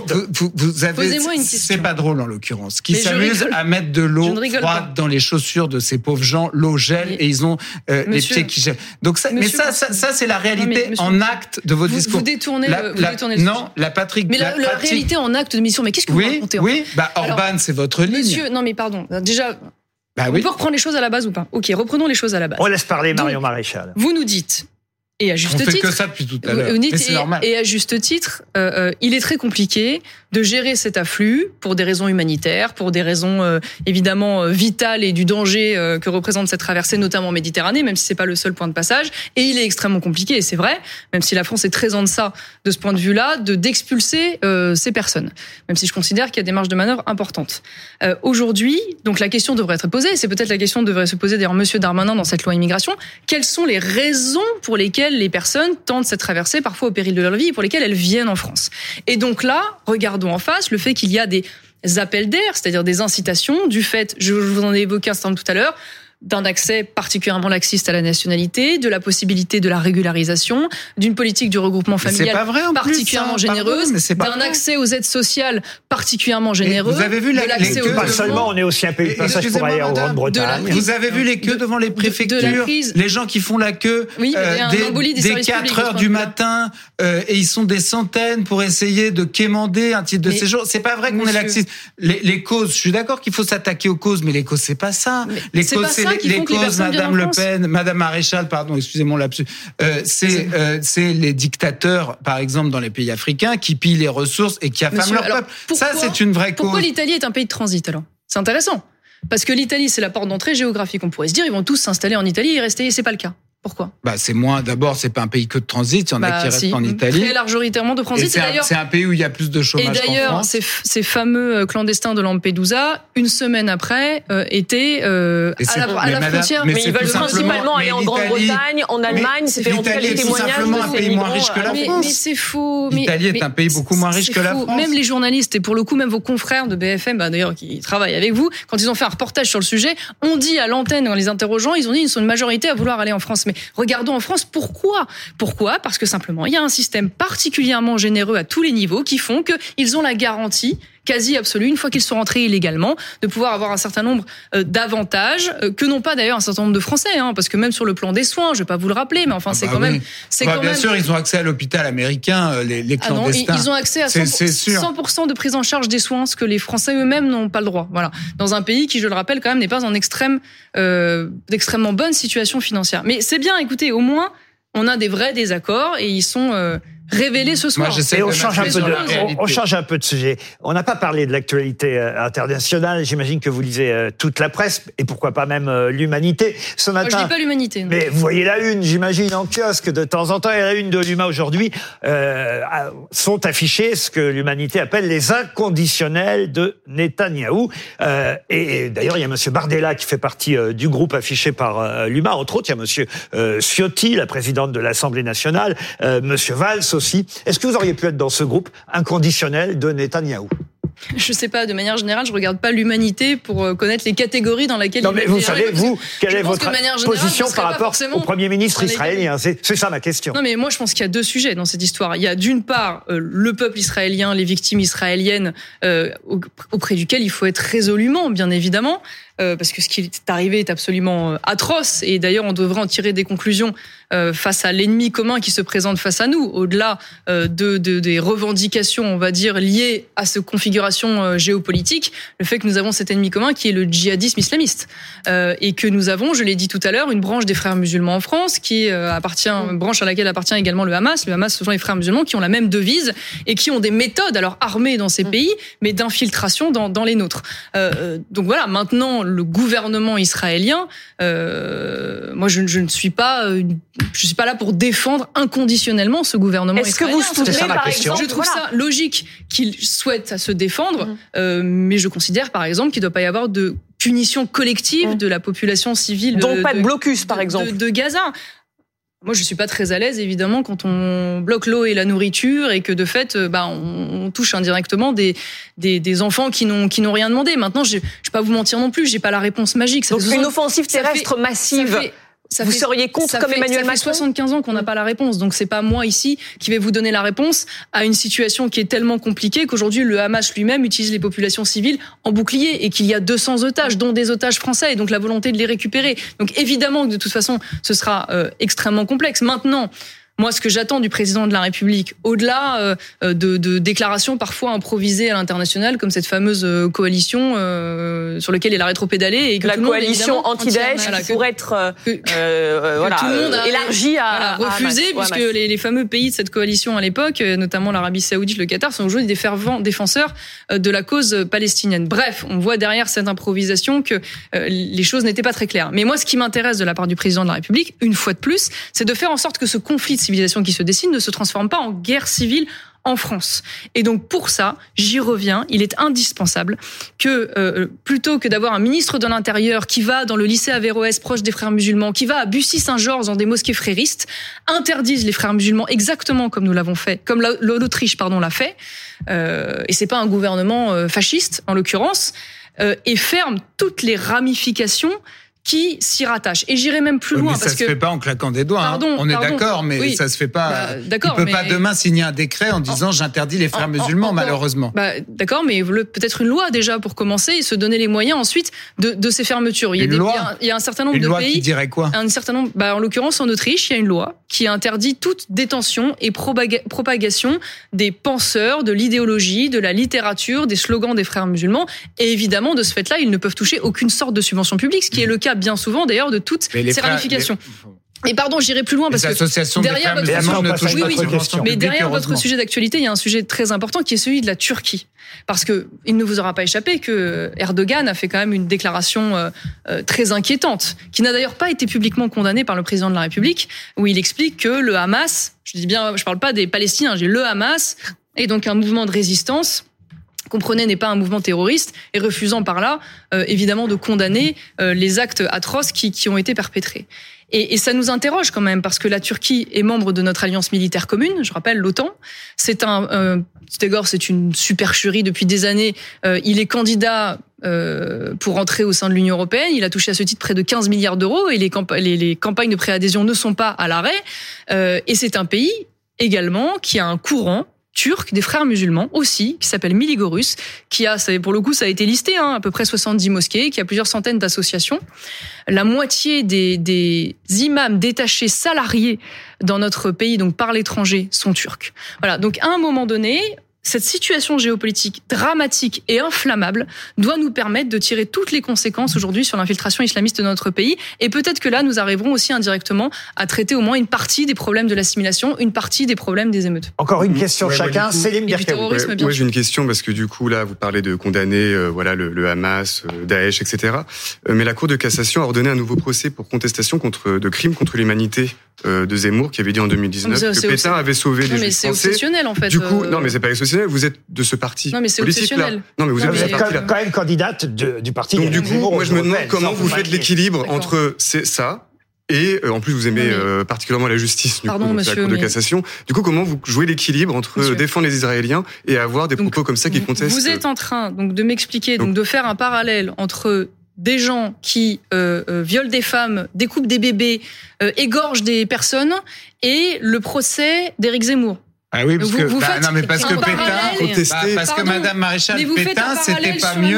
Speaker 6: Vous avez...
Speaker 3: Posez-moi une question.
Speaker 6: C'est pas drôle, en l'occurrence. Qui s'amusent à mettre de l'eau froide dans les chaussures de ces pauvres gens. L'eau gèle et ils ont les pieds qui gèlent. Donc ça, c'est la réalité en acte de votre discours.
Speaker 3: Vous détournez le
Speaker 6: Non, la Patrick...
Speaker 3: Mais la réalité en acte de mission, mais qu'est-ce que vous racontez?
Speaker 6: Oui, Orban, c'est votre ligne.
Speaker 3: Monsieur, non mais pardon, déjà, on peut reprendre les choses à la base ou pas? Ok, reprenons les choses à la base.
Speaker 2: On laisse parler Marion Maréchal.
Speaker 3: Vous nous dites, et à juste titre...
Speaker 6: On fait que ça depuis tout à l'heure, mais c'est normal.
Speaker 3: Et à juste titre, il est très compliqué de gérer cet afflux pour des raisons humanitaires, pour des raisons évidemment vitales et du danger que représente cette traversée, notamment en Méditerranée, même si c'est pas le seul point de passage. Et il est extrêmement compliqué, et c'est vrai, même si la France est très en deçà de ce point de vue-là, d'expulser ces personnes. Même si je considère qu'il y a des marges de manœuvre importantes. Aujourd'hui, donc la question devrait être posée, et c'est peut-être la question que devrait se poser d'ailleurs Monsieur Darmanin dans cette loi immigration. Quelles sont les raisons pour lesquelles les personnes tentent cette traversée, parfois au péril de leur vie, et pour lesquelles elles viennent en France? Et donc là, regardons en face le fait qu'il y a des appels d'air, c'est-à-dire des incitations du fait, je vous en ai évoqué un certain nombre tout à l'heure, d'un accès particulièrement laxiste à la nationalité, de la possibilité de la régularisation, d'une politique du regroupement familial particulièrement généreuse, d'un accès aux aides sociales particulièrement généreux.
Speaker 6: Vous avez vu
Speaker 2: l'accès aux... Pas seulement, on est aussi un pays de passage pour aller en Grande-Bretagne.
Speaker 6: Vous avez vu les queues devant les préfectures, les gens qui font la queue des 4 heures du matin, et ils sont des centaines pour essayer de quémander un titre de séjour. C'est pas vrai qu'on est laxiste. Les causes, je suis d'accord qu'il faut s'attaquer aux causes, mais les causes, c'est pas ça. Les causes, c'est les causes, Madame Le Pen, Madame Maréchal, pardon, excusez-moi lapsus, c'est les dictateurs, par exemple, dans les pays africains, qui pillent les ressources et qui affament leur peuple. Ça, c'est une vraie cause.
Speaker 3: Pourquoi l'Italie est un pays de transit, alors? C'est intéressant. Parce que l'Italie, c'est la porte d'entrée géographique. On pourrait se dire, ils vont tous s'installer en Italie et rester, et c'est pas le cas. Pourquoi?
Speaker 6: C'est moins. D'abord, c'est pas un pays que de transit. Il y en a qui restent en Italie.
Speaker 3: Très majoritairement de transit.
Speaker 6: C'est un pays où il y a plus de chômage qu'en France.
Speaker 3: Et d'ailleurs, ces fameux clandestins de Lampedusa, une semaine après, étaient à la frontière.
Speaker 4: Mais ils veulent principalement aller en Grande-Bretagne, en Allemagne. C'était en tout cas les témoignages de
Speaker 6: un pays moins riche que la France.
Speaker 3: Mais c'est faux.
Speaker 6: L'Italie est un pays beaucoup moins riche que la France.
Speaker 3: Même les journalistes, et pour le coup, même vos confrères de BFM, d'ailleurs, qui travaillent avec vous, quand ils ont fait un reportage sur le sujet, on dit à l'antenne, en les interrogeant, ils ont dit qu'ils sont une majorité à vouloir aller en France. Mais regardons en France, pourquoi? Parce que simplement, il y a un système particulièrement généreux à tous les niveaux qui font qu'ils ont la garantie quasi absolue, une fois qu'ils sont rentrés illégalement, de pouvoir avoir un certain nombre d'avantages que n'ont pas d'ailleurs un certain nombre de Français, parce que même sur le plan des soins, je vais pas vous le rappeler, mais enfin c'est quand même,
Speaker 6: bien sûr, ils ont accès à l'hôpital américain, les clandestins.
Speaker 3: Ils ont accès à 100% de prise en charge des soins, ce que les Français eux-mêmes n'ont pas le droit. Voilà, dans un pays qui, je le rappelle, quand même n'est pas en d'extrêmement bonne situation financière. Mais c'est bien, écoutez, au moins on a des vrais désaccords et ils sont révélé ce soir.
Speaker 2: Et on change un peu de sujet. On n'a pas parlé de l'actualité internationale. J'imagine que vous lisez toute la presse et pourquoi pas même l'Humanité. Ce matin.
Speaker 3: Je lis pas l'Humanité. Non.
Speaker 2: Mais vous voyez la une, j'imagine, en kiosque de temps en temps. Et la une de l'Huma aujourd'hui sont affichés ce que l'Humanité appelle les inconditionnels de Netanyahou. Et d'ailleurs, il y a Monsieur Bardella qui fait partie du groupe affiché par l'Huma. Entre autres, il y a Monsieur Ciotti, la présidente de l'Assemblée nationale, Monsieur Valls aussi. Est-ce que vous auriez pu être dans ce groupe inconditionnel de Netanyahou?
Speaker 3: Je sais pas, de manière générale, je regarde pas l'Humanité pour connaître les catégories dans lesquelles...
Speaker 2: Non, mais vous savez, vous, quelle est votre position par rapport au Premier ministre israélien? C'est ça ma question.
Speaker 3: Non, mais moi, je pense qu'il y a deux sujets dans cette histoire. Il y a d'une part le peuple israélien, les victimes israéliennes auprès duquel il faut être résolument, bien évidemment. parce que ce qui est arrivé est absolument atroce. Et d'ailleurs, on devrait en tirer des conclusions face à l'ennemi commun qui se présente face à nous, au-delà des revendications, on va dire, liées à cette configuration géopolitique, le fait que nous avons cet ennemi commun qui est le djihadisme islamiste. Et que nous avons, je l'ai dit tout à l'heure, une branche des frères musulmans en France qui branche à laquelle appartient également le Hamas. Le Hamas, ce sont les frères musulmans qui ont la même devise et qui ont des méthodes, alors armées dans ces pays, mais d'infiltration dans les nôtres. Donc voilà, maintenant, le gouvernement israélien, moi je ne suis pas là pour défendre inconditionnellement ce gouvernement israélien.
Speaker 4: Est-ce que vous soutenez, par exemple,
Speaker 3: je trouve ça logique qu'il souhaite se défendre, mais je considère par exemple qu'il ne doit pas y avoir de punition collective de la population civile.
Speaker 4: Donc pas de blocus, par exemple.
Speaker 3: De Gaza. Moi, je suis pas très à l'aise, évidemment, quand on bloque l'eau et la nourriture et que, de fait, on touche indirectement des enfants qui n'ont rien demandé. Maintenant, je vais pas vous mentir non plus, j'ai pas la réponse magique.
Speaker 4: Donc une offensive terrestre massive. Vous seriez contre comme Emmanuel Macron ?
Speaker 3: Ça fait 75 ans qu'on n'a pas la réponse, donc c'est pas moi ici qui vais vous donner la réponse à une situation qui est tellement compliquée qu'aujourd'hui le Hamas lui-même utilise les populations civiles en bouclier et qu'il y a 200 otages, dont des otages français, et donc la volonté de les récupérer. Donc évidemment que de toute façon ce sera extrêmement complexe. Maintenant, moi, ce que j'attends du président de la République, au-delà de déclarations parfois improvisées à l'international, comme cette fameuse coalition sur laquelle il a rétropédalé, et que
Speaker 4: la
Speaker 3: tout le monde,
Speaker 4: coalition anti-Daesh qui pourrait être élargie à
Speaker 3: refuser, puisque les fameux pays de cette coalition à l'époque, notamment l'Arabie Saoudite, le Qatar, sont aujourd'hui des fervents défenseurs de la cause palestinienne. Bref, on voit derrière cette improvisation que les choses n'étaient pas très claires. Mais moi, ce qui m'intéresse de la part du président de la République, une fois de plus, c'est de faire en sorte que ce conflit de civilisation qui se dessine ne se transforme pas en guerre civile en France. Et donc pour ça, j'y reviens, il est indispensable que plutôt que d'avoir un ministre de l'Intérieur qui va dans le lycée Averroès proche des frères musulmans, qui va à Bussy-Saint-Georges dans des mosquées fréristes, interdise les frères musulmans exactement comme nous l'avons fait, comme l'Autriche l'a fait, et c'est pas un gouvernement fasciste en l'occurrence, et ferme toutes les ramifications qui s'y rattachent. Et j'irai même plus loin.
Speaker 6: Mais ça se fait pas en claquant des doigts. On est d'accord, mais ça se fait pas. Il peut pas demain signer un décret en disant j'interdis les frères musulmans, malheureusement.
Speaker 3: D'accord, mais peut-être une loi déjà pour commencer et se donner les moyens ensuite de ces fermetures. Il y a un certain nombre de pays.
Speaker 6: Une loi qui dirait quoi ?
Speaker 3: Un certain nombre. En l'occurrence, en Autriche, il y a une loi qui interdit toute détention et propagation des penseurs, de l'idéologie, de la littérature, des slogans des frères musulmans. Et évidemment, de ce fait-là, ils ne peuvent toucher aucune sorte de subvention publique, ce qui est le cas bien souvent d'ailleurs de toutes ces ramifications. Et pardon, j'irai plus loin parce que derrière votre sujet d'actualité, il y a un sujet très important qui est celui de la Turquie. Parce que il ne vous aura pas échappé que Erdogan a fait quand même une déclaration très inquiétante, qui n'a d'ailleurs pas été publiquement condamnée par le président de la République, où il explique que le Hamas, je parle pas des Palestiniens, j'ai le Hamas, est donc un mouvement de résistance. Comprenez, n'est pas un mouvement terroriste, et refusant par là, évidemment, de condamner les actes atroces qui ont été perpétrés. Et ça nous interroge quand même, parce que la Turquie est membre de notre alliance militaire commune, je rappelle, l'OTAN. C'est une supercherie depuis des années. Il est candidat pour entrer au sein de l'Union européenne. Il a touché à ce titre près de 15 milliards d'euros, et les campagnes de préadhésion ne sont pas à l'arrêt. Et c'est un pays également qui a un courant turc, des frères musulmans aussi, qui s'appelle Miligorus, qui a, pour le coup, ça a été listé, à peu près 70 mosquées, qui a plusieurs centaines d'associations. La moitié des imams détachés salariés dans notre pays, donc par l'étranger, sont turcs. Voilà. Donc, à un moment donné, cette situation géopolitique dramatique et inflammable doit nous permettre de tirer toutes les conséquences aujourd'hui sur l'infiltration islamiste de notre pays. Et peut-être que là, nous arriverons aussi indirectement à traiter au moins une partie des problèmes de l'assimilation, une partie des problèmes des émeutes.
Speaker 2: Encore une question chacun. Céline Birkaoui.
Speaker 8: Moi, j'ai une question parce que du coup, là, vous parlez de condamner le Hamas, Daesh, etc. Mais la Cour de cassation a ordonné un nouveau procès pour contestation de crimes contre l'humanité de Zemmour, qui avait dit en 2019 que Pétain avait sauvé des Juifs français.
Speaker 3: Mais c'est obsessionnel, en fait.
Speaker 8: Du coup, non, mais c'est pas obsessionnel. Vous êtes de ce parti.
Speaker 3: Non, mais c'est
Speaker 8: politique
Speaker 3: obsessionnel.
Speaker 8: là. Non, mais vous êtes
Speaker 2: quand même candidate du parti.
Speaker 8: Donc du coup, moi je me demande comment vous faites l'équilibre entre ça et en plus vous aimez particulièrement la justice, la Cour de cassation. Du coup, comment vous jouez l'équilibre entre défendre les Israéliens et avoir des propos comme ça qui contestent?
Speaker 3: Vous êtes en train de m'expliquer, de faire un parallèle entre des gens qui violent des femmes, découpent des bébés, égorgent des personnes et le procès d'Éric Zemmour.
Speaker 6: Ah oui, parce que Madame Maréchal Pétain, c'était pas mieux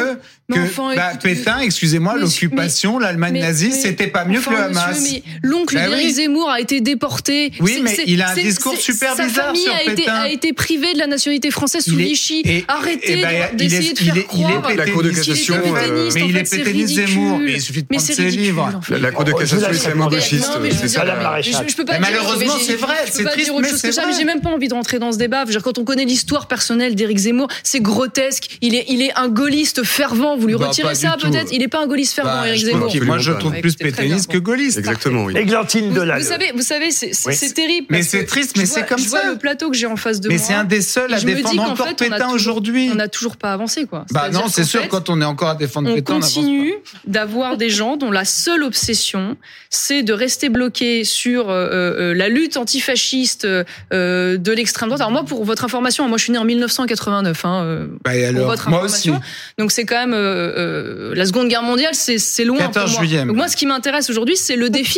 Speaker 3: Mais enfin, écoutez,
Speaker 6: Pétain, excusez-moi,
Speaker 3: Monsieur,
Speaker 6: l'occupation, l'Allemagne nazie, c'était pas mieux que le Hamas.
Speaker 3: Monsieur, mais l'oncle d'Éric Zemmour a été déporté.
Speaker 6: Oui, mais il a un discours super bizarre sur Pétain.
Speaker 3: Sa famille a été privée de la nationalité française sous Vichy. Arrêtez d'essayer de faire croire.
Speaker 8: La Cour de cassation,
Speaker 6: mais il est pétainiste Zemmour. Il suffit de prendre ses livres.
Speaker 8: La Cour de cassation islamo-gauchiste, c'est ça.
Speaker 3: Je peux pas.
Speaker 6: Malheureusement, c'est vrai. C'est triste, mais c'est vrai.
Speaker 3: J'ai même pas envie de rentrer dans ce débat. Quand on connaît l'histoire personnelle d'Éric Zemmour, c'est grotesque. Il est un gaulliste fervent. Vous lui retirez ça peut-être. Il n'est pas un gaulliste fervent, Éric Zemmour.
Speaker 6: Moi, je trouve plus pétainiste que gaulliste.
Speaker 8: Exactement, oui.
Speaker 2: Églantine Delalleux.
Speaker 3: Vous savez, c'est terrible.
Speaker 6: Mais c'est triste, mais c'est comme ça.
Speaker 3: Je vois le plateau que j'ai en face de moi.
Speaker 6: Mais c'est un des seuls à défendre encore Pétain aujourd'hui.
Speaker 3: On n'a toujours pas avancé, quoi.
Speaker 6: Non, c'est sûr, quand on est encore à défendre Pétain,
Speaker 3: on continue d'avoir des gens dont la seule obsession, c'est de rester bloqués sur la lutte antifasciste de l'extrême droite. Alors moi, pour votre information, moi je suis né en 1989. Pour votre information. Donc c'est quand même la Seconde Guerre mondiale, c'est loin
Speaker 6: 14
Speaker 3: pour moi.
Speaker 6: juillet.
Speaker 3: Donc moi, ce qui m'intéresse aujourd'hui, c'est le défi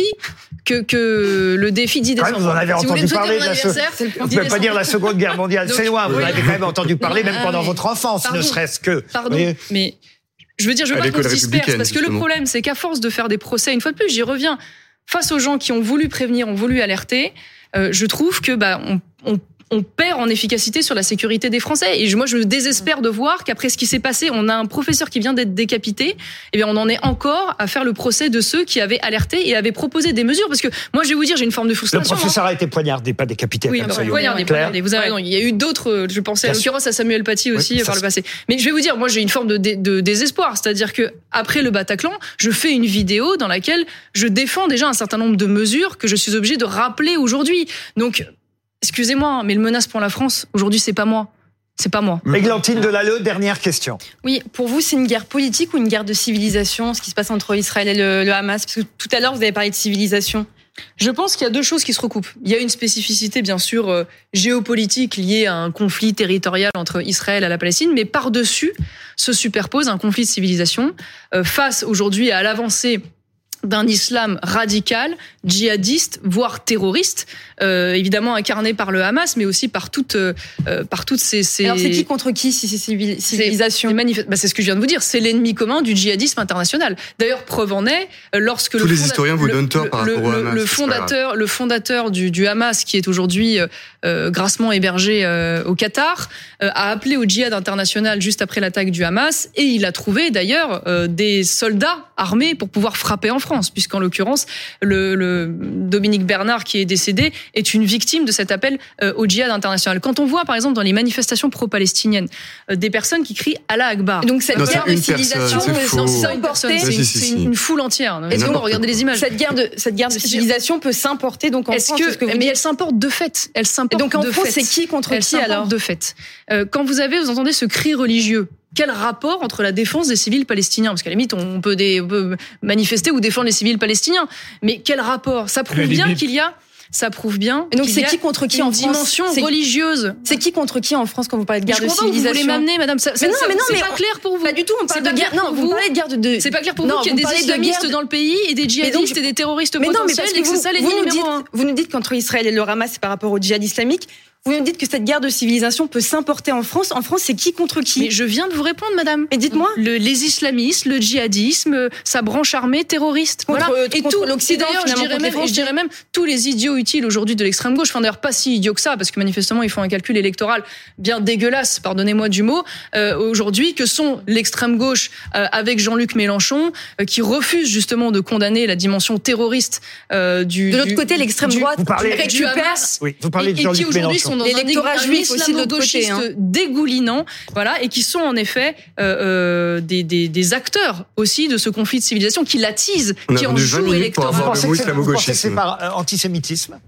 Speaker 3: le défi 10 décembre.
Speaker 2: Vous en avez entendu parler Vous ne pouvez pas dire la Seconde Guerre mondiale, c'est loin. Vous en avez quand même entendu parler, même pendant votre enfance, ne serait-ce que.
Speaker 3: Pardon, mais je veux dire, je veux pas qu'on se disperse, parce que le problème, c'est qu'à force de faire des procès, une fois de plus, j'y reviens, face aux gens qui ont voulu prévenir, ont voulu alerter, je trouve que on perd en efficacité sur la sécurité des Français. Et moi, je me désespère de voir qu'après ce qui s'est passé, on a un professeur qui vient d'être décapité. Et bien, on en est encore à faire le procès de ceux qui avaient alerté et avaient proposé des mesures. Parce que moi, je vais vous dire, j'ai une forme de frustration.
Speaker 2: Le professeur a été poignardé, pas décapité.
Speaker 3: Oui, poignardé. Vous avez raison. Il y a eu d'autres. Je pensais à l'occurrence à Samuel Paty aussi par le passé. Mais je vais vous dire, moi, j'ai une forme de désespoir. C'est-à-dire que après le Bataclan, je fais une vidéo dans laquelle je défends déjà un certain nombre de mesures que je suis obligé de rappeler aujourd'hui. Donc, excusez-moi, mais le menace pour la France, aujourd'hui, c'est pas moi. C'est pas moi.
Speaker 2: Églantine Delalleux, dernière question.
Speaker 7: Oui, pour vous, c'est une guerre politique ou une guerre de civilisation, ce qui se passe entre Israël et le Hamas? Parce que tout à l'heure, vous avez parlé de civilisation.
Speaker 3: Je pense qu'il y a deux choses qui se recoupent. Il y a une spécificité, bien sûr, géopolitique liée à un conflit territorial entre Israël et la Palestine, mais par-dessus se superpose un conflit de civilisation face aujourd'hui à l'avancée d'un islam radical, djihadiste, voire terroriste, évidemment incarné par le Hamas, mais aussi par toutes ces...
Speaker 7: Alors c'est qui contre qui, si c'est civilisation?
Speaker 3: C'est ce que je viens de vous dire, c'est l'ennemi commun du djihadisme international. D'ailleurs, preuve en est, lorsque
Speaker 8: tous les historiens vous donnent tort par rapport au Hamas.
Speaker 3: Le fondateur du Hamas, qui est aujourd'hui grassement hébergé au Qatar, a appelé au djihad international juste après l'attaque du Hamas, et il a trouvé d'ailleurs des soldats armés pour pouvoir frapper en France, puisqu'en l'occurrence, le Dominique Bernard qui est décédé est une victime de cet appel au djihad international. Quand on voit, par exemple, dans les manifestations pro-palestiniennes, des personnes qui crient Allah Akbar.
Speaker 7: Donc cette guerre de civilisation,
Speaker 3: c'est une foule entière. Et donc, regardez les images.
Speaker 7: Cette guerre de civilisation peut s'importer donc en France.
Speaker 3: Mais elle s'importe de fait. Elle s'importe.
Speaker 7: Et donc en France, c'est qui contre qui alors?
Speaker 3: De fait. Quand vous entendez ce cri religieux, quel rapport entre la défense des civils palestiniens? Parce qu'à la limite, on peut manifester ou défendre les civils palestiniens. Mais quel rapport? Ça prouve bien qu'il y a... Ça prouve bien.
Speaker 7: Et donc c'est qui contre qui en France?
Speaker 3: Dimension religieuse.
Speaker 7: C'est qui contre qui en France quand vous parlez de guerre de civilisation?
Speaker 3: Vous voulez m'amener, madame?
Speaker 7: Mais c'est pas clair pour vous. Pas du tout. On parle de guerre. Non, vous parlez de guerre de.
Speaker 3: C'est pas clair pour vous qu'il y a des islamistes dans le pays et des djihadistes et des terroristes potentiels et que c'est ça l'ennemi numéro un.
Speaker 7: Vous nous dites qu'entre Israël et le Hamas, c'est par rapport au djihad islamique. Vous nous dites que cette guerre de civilisation peut s'importer en France. En France, c'est qui contre qui?
Speaker 3: Mais je viens de vous répondre, madame.
Speaker 7: Mais dites-moi.
Speaker 3: Les islamistes, le djihadisme, sa branche armée terroriste.
Speaker 7: Et tout l'Occident,
Speaker 3: je dirais même tous les idiots utiles aujourd'hui de l'extrême gauche. Enfin, d'ailleurs, pas si idiots que ça, parce que manifestement, ils font un calcul électoral bien dégueulasse, pardonnez-moi du mot, aujourd'hui, que sont l'extrême gauche avec Jean-Luc Mélenchon, qui refuse justement de condamner la dimension terroriste de
Speaker 7: l'autre côté, l'extrême droite
Speaker 3: récupère.
Speaker 2: Oui, vous parlez de Jean-Luc Mélenchon.
Speaker 7: L'électorat juif aussi de l'autre côté,
Speaker 3: dégoulinant, voilà, et qui sont en effet des acteurs aussi de ce conflit de civilisation qui l'attisent, qui en jouent électoralement.
Speaker 2: Vous pensez que c'est par antisémitisme?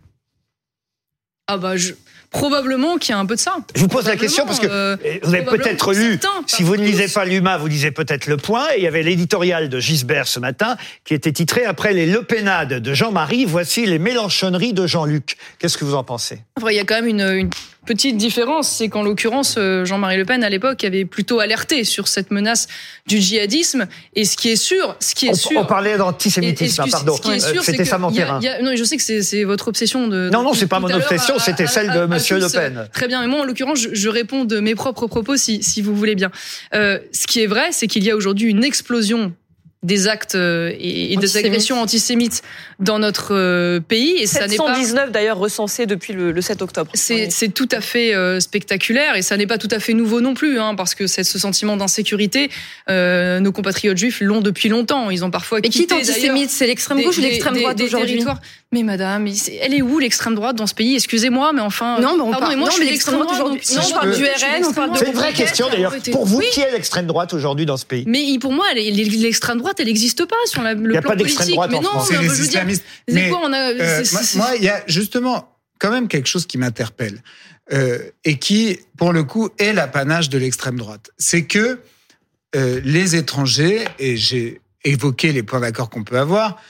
Speaker 3: Probablement qu'il y a un peu de ça.
Speaker 2: Je vous pose la question parce que vous avez peut-être lu, si vous ne lisez pas l'UMA, vous lisez peut-être Le Point, et il y avait l'éditorial de Gisbert ce matin qui était titré « Après les Le Penades de Jean-Marie, voici les Mélenchonneries de Jean-Luc ». Qu'est-ce que vous en pensez?
Speaker 3: Il y a quand même une petite différence, c'est qu'en l'occurrence, Jean-Marie Le Pen, à l'époque, avait plutôt alerté sur cette menace du djihadisme. Et ce qui est sûr...
Speaker 2: On parlait d'antisémitisme, pardon. C'était ça mon terrain.
Speaker 3: Non, je sais que c'est votre obsession de...
Speaker 2: Non, c'est pas mon obsession, c'était celle de Monsieur Le Pen.
Speaker 3: Très bien, mais moi, en l'occurrence, je réponds de mes propres propos, si vous voulez bien. Ce qui est vrai, c'est qu'il y a aujourd'hui une explosion des actes et des agressions antisémites dans notre pays. Et
Speaker 4: 719 d'ailleurs recensés depuis le 7 octobre.
Speaker 3: C'est tout à fait spectaculaire et ça n'est pas tout à fait nouveau non plus, parce que ce sentiment d'insécurité, nos compatriotes juifs l'ont depuis longtemps. Ils ont parfois quitté.
Speaker 7: Mais qui est antisémite ? C'est l'extrême gauche ou l'extrême droite aujourd'hui ?
Speaker 3: Mais madame, elle est où l'extrême droite dans ce pays ? Excusez-moi, mais enfin...
Speaker 7: Non, mais
Speaker 3: pardon, moi je suis l'extrême droite aujourd'hui.
Speaker 7: Non, on parle du RN, on parle de...
Speaker 2: C'est une vraie question d'ailleurs. Pour vous, qui est l'extrême droite aujourd'hui dans ce pays ?
Speaker 3: Mais pour moi, l'extrême droite, elle n'existe pas sur le plan politique.
Speaker 2: Mais non,
Speaker 6: c'est les islamistes.
Speaker 3: Mais quoi,
Speaker 6: moi, il y a justement quand même quelque chose qui m'interpelle et qui, pour le coup, est l'apanage de l'extrême droite. C'est que les étrangers, et j'ai évoqué les points d'accord qu'on peut avoir,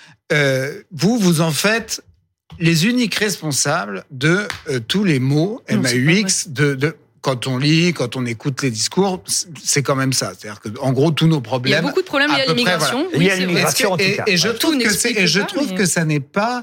Speaker 6: vous en faites les uniques responsables de tous les mots MAUX quand on lit, quand on écoute les discours, c'est quand même ça. C'est-à-dire que, en gros, tous nos problèmes.
Speaker 3: Il y a beaucoup de problèmes liés à l'immigration.
Speaker 2: Voilà. Oui, à l'immigration, en tout cas.
Speaker 6: Et je trouve que ça n'est pas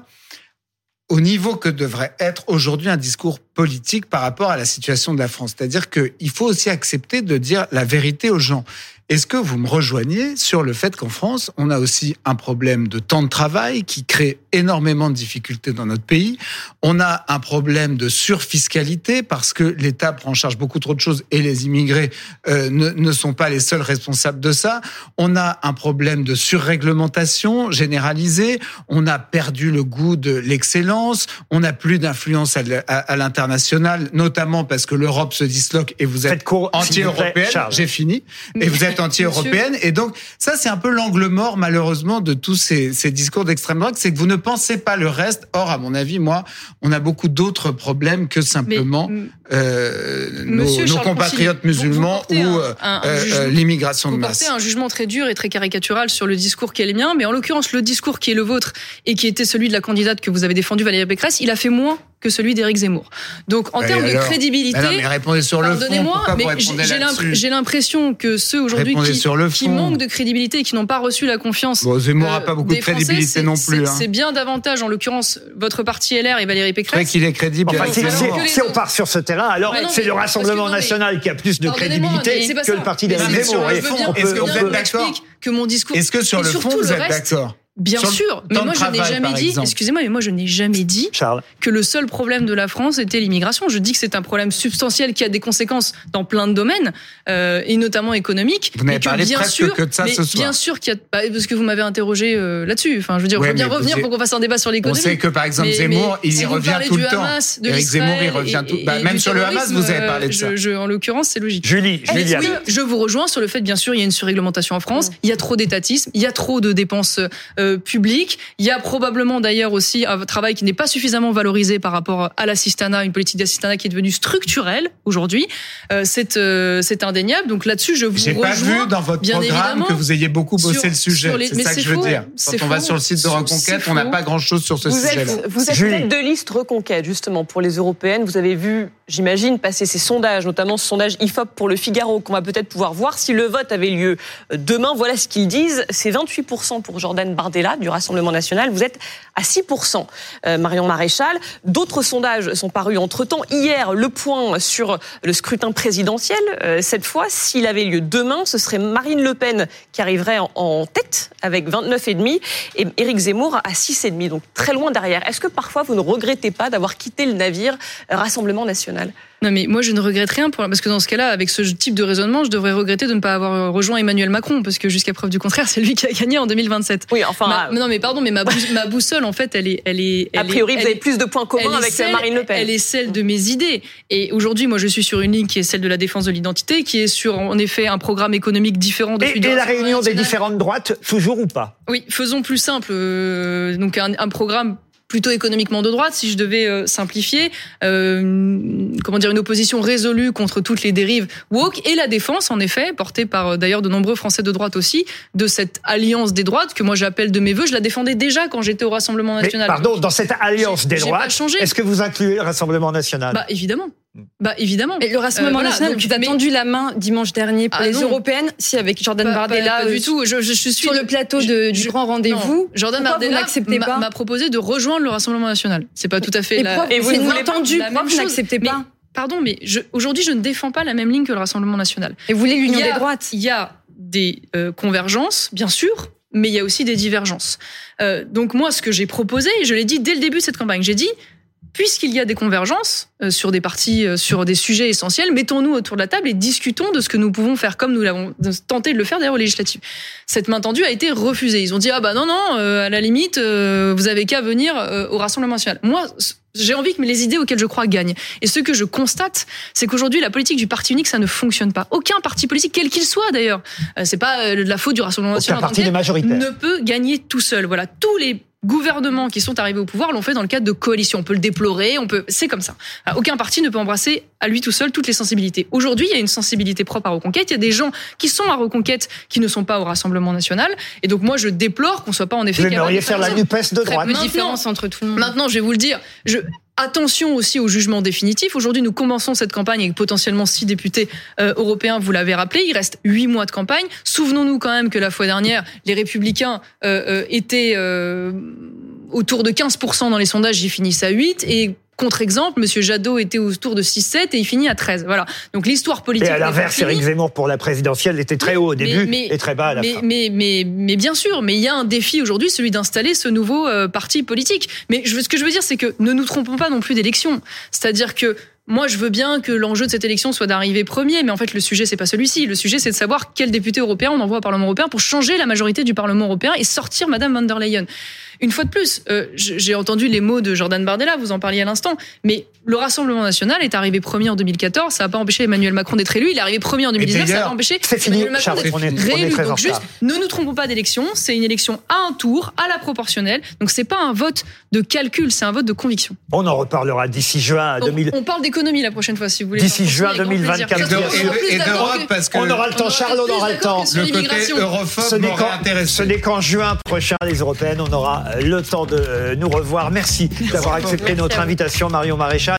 Speaker 6: au niveau que devrait être aujourd'hui un discours politique par rapport à la situation de la France. C'est-à-dire qu'il faut aussi accepter de dire la vérité aux gens. Est-ce que vous me rejoignez sur le fait qu'en France, on a aussi un problème de temps de travail qui crée énormément de difficultés dans notre pays. On a un problème de surfiscalité parce que l'État prend en charge beaucoup trop de choses et les immigrés ne sont pas les seuls responsables de ça. On a un problème de surréglementation généralisée. On a perdu le goût de l'excellence. On n'a plus d'influence à l'international, notamment parce que l'Europe se disloque et vous êtes anti-européenne. J'ai fini. Et vous êtes anti-européenne. Et donc, ça, c'est un peu l'angle mort, malheureusement, de tous ces discours d'extrême droite. C'est que vous ne pensez pas le reste. Or, à mon avis, on a beaucoup d'autres problèmes que simplement nos compatriotes musulmans ou l'immigration de masse.
Speaker 3: Vous portez un jugement très dur et très caricatural sur le discours qui est le mien, mais en l'occurrence, le discours qui est le vôtre et qui était celui de la candidate que vous avez défendue, Valérie Pécresse, il a fait moins que celui d'Éric Zemmour. Donc, en termes de crédibilité...
Speaker 6: mais répondez sur le fond, pourquoi vous répondez là-dessus ?
Speaker 3: J'ai l'impression que ceux aujourd'hui qui manquent de crédibilité et qui n'ont pas reçu la confiance
Speaker 6: Zemmour n'a pas beaucoup de crédibilité non plus.
Speaker 3: C'est bien davantage, en l'occurrence, votre parti LR et Valérie Pécresse.
Speaker 6: C'est vrai qu'il est crédible.
Speaker 2: Si on part sur ce terrain, alors c'est le Rassemblement national qui a plus de crédibilité que le parti d'Éric Zemmour.
Speaker 6: Est-ce que vous êtes d'accord ? Est-ce que sur le fond, vous êtes d'accord ?
Speaker 3: Bien sûr, mais moi je n'ai jamais dit, excusez-moi, mais moi je n'ai jamais dit que le seul problème de la France était l'immigration. Je dis que c'est un problème substantiel qui a des conséquences dans plein de domaines, et notamment économiques.
Speaker 6: Vous n'avez parlé presque que de ça ce soir.
Speaker 3: Bien sûr qu'il y a, parce que vous m'avez interrogé là-dessus. Enfin, je veux dire, je veux bien revenir pour qu'on fasse un débat sur l'économie.
Speaker 6: On sait que par exemple Zemmour, il y revient tout le temps. Éric Zemmour, il revient tout. Même sur le Hamas, vous avez parlé de ça.
Speaker 3: En l'occurrence, c'est logique.
Speaker 2: Julie,
Speaker 3: je vous rejoins sur le fait, bien sûr, il y a une surréglementation en France. Il y a trop d'étatisme, il y a trop de dépenses publiques. Il y a probablement d'ailleurs aussi un travail qui n'est pas suffisamment valorisé par rapport à l'assistanat, une politique d'assistanat qui est devenue structurelle aujourd'hui. C'est indéniable. Donc là-dessus, je vous rejoins.
Speaker 6: J'ai pas vu dans votre programme que vous ayez beaucoup bossé le sujet. C'est ça que je veux dire. Quand on va sur le site de Reconquête, on n'a pas grand-chose sur ce sujet-là.
Speaker 4: Vous êtes tête de liste Reconquête, justement, pour les européennes. Vous avez vu, j'imagine, passer ces sondages, notamment ce sondage IFOP pour le Figaro, qu'on va peut-être pouvoir voir si le vote avait lieu demain. Voilà ce qu'ils disent. C'est 28% pour Jordan Bardella, du Rassemblement national. Vous êtes à 6%, Marion Maréchal. D'autres sondages sont parus entre-temps. Hier, le point sur le scrutin présidentiel. Cette fois, s'il avait lieu demain, ce serait Marine Le Pen qui arriverait en tête avec 29,5 et Éric Zemmour à 6,5. Donc très loin derrière. Est-ce que parfois vous ne regrettez pas d'avoir quitté le navire Rassemblement national ?
Speaker 3: Non, mais moi je ne regrette rien parce que dans ce cas-là, avec ce type de raisonnement, je devrais regretter de ne pas avoir rejoint Emmanuel Macron, parce que jusqu'à preuve du contraire, c'est lui qui a gagné en 2027.
Speaker 4: Oui, enfin.
Speaker 3: Non, mais pardon, mais ma boussole, en fait, elle est.
Speaker 4: A priori, vous avez plus de points communs avec Marine Le Pen.
Speaker 3: Elle est celle de mes idées. Et aujourd'hui, moi, je suis sur une ligne qui est celle de la défense de l'identité, qui est sur, en effet, un programme économique différent de celui de
Speaker 2: la réunion des différentes droites, toujours ou pas ?
Speaker 3: Oui, faisons plus simple. Donc un programme plutôt économiquement de droite, si je devais simplifier, une opposition résolue contre toutes les dérives woke, et la défense, en effet, portée par d'ailleurs de nombreux Français de droite aussi, de cette alliance des droites que moi j'appelle de mes voeux. Je la défendais déjà quand j'étais au Rassemblement national.
Speaker 2: Mais, pardon, dans cette alliance des droites, est-ce que vous incluez le Rassemblement national ?
Speaker 3: Évidemment. Bah évidemment.
Speaker 7: Et le Rassemblement national,
Speaker 3: donc,
Speaker 7: tu as tendu la main dimanche dernier pour les européennes, si avec Jordan Bardella,
Speaker 3: pas du tout. Je suis
Speaker 7: sur le plateau du grand rendez-vous.
Speaker 3: Jordan Bardella m'a proposé de rejoindre le Rassemblement national. C'est pas tout à fait
Speaker 7: et vous entendu, pourquoi vous n'acceptez pas?
Speaker 3: Pardon, mais aujourd'hui je ne défends pas la même ligne que le Rassemblement national.
Speaker 7: Et vous voulez l'union des droites?
Speaker 3: Il y a des convergences, bien sûr, mais il y a aussi des divergences. Donc moi, ce que j'ai proposé, et je l'ai dit dès le début de cette campagne, j'ai dit, puisqu'il y a des convergences sur des partis, sur des sujets essentiels, mettons-nous autour de la table et discutons de ce que nous pouvons faire, comme nous l'avons tenté de le faire d'ailleurs aux législatives. Cette main tendue a été refusée. Ils ont dit non, à la limite, vous avez qu'à venir au Rassemblement national. Moi, j'ai envie que les idées auxquelles je crois gagnent. Et ce que je constate, c'est qu'aujourd'hui, la politique du parti unique, ça ne fonctionne pas. Aucun parti politique, quel qu'il soit d'ailleurs, c'est pas de la faute du Rassemblement national,
Speaker 2: aucun parti n'est majoritaire,
Speaker 3: ne peut gagner tout seul. Voilà, tous les gouvernements qui sont arrivés au pouvoir l'ont fait dans le cadre de coalitions. On peut le déplorer, c'est comme ça. Aucun parti ne peut embrasser à lui tout seul toutes les sensibilités. Aujourd'hui, il y a une sensibilité propre à Reconquête. Il y a des gens qui sont à Reconquête qui ne sont pas au Rassemblement national. Et donc moi, je déplore qu'on soit pas en effet.
Speaker 2: Vous aimeriez faire la NUPES de droite.
Speaker 7: Très peu de différence entre tout le monde.
Speaker 3: Maintenant, je vais vous le dire. Attention aussi au jugement définitif. Aujourd'hui, nous commençons cette campagne avec potentiellement 6 députés européens, vous l'avez rappelé. Il reste 8 mois de campagne. Souvenons-nous quand même que la fois dernière, les Républicains étaient autour de 15% dans les sondages, ils finissent à 8%. Et contre-exemple, M. Jadot était autour de 6-7 et il finit à 13. Voilà. Donc l'histoire politique.
Speaker 2: Et à l'inverse, Éric Zemmour pour la présidentielle était très haut au début et très bas à la fin.
Speaker 3: Mais bien sûr, mais il y a un défi aujourd'hui, celui d'installer ce nouveau parti politique. Mais ce que je veux dire, c'est que ne nous trompons pas non plus d'élection. C'est-à-dire que moi, je veux bien que l'enjeu de cette élection soit d'arriver premier, mais en fait, le sujet, c'est pas celui-ci. Le sujet, c'est de savoir quel député européen on envoie au Parlement européen pour changer la majorité du Parlement européen et sortir Madame von der Leyen. Une fois de plus, j'ai entendu les mots de Jordan Bardella, vous en parliez à l'instant, mais le Rassemblement national est arrivé premier en 2014, ça n'a pas empêché Emmanuel Macron d'être élu, il est arrivé premier en 2019, ça n'a pas empêché Emmanuel Macron d'être réélu. Donc juste, ne nous trompons pas d'élection, c'est une élection à un tour, à la proportionnelle, donc c'est pas un vote de calcul, c'est un vote de conviction.
Speaker 2: On en reparlera d'ici juin 2000.
Speaker 3: On parle d'économie la prochaine fois, si vous voulez.
Speaker 2: D'ici juin 2024.
Speaker 6: Et d'Europe, parce que...
Speaker 2: On aura le temps, Charles, on aura le temps.
Speaker 6: Le côté europhobe m'aurait intéressé.
Speaker 2: Ce n'est qu'en juin prochain, les européennes, on aura le temps de nous revoir. Merci d'avoir accepté notre invitation, Marion Maréchal.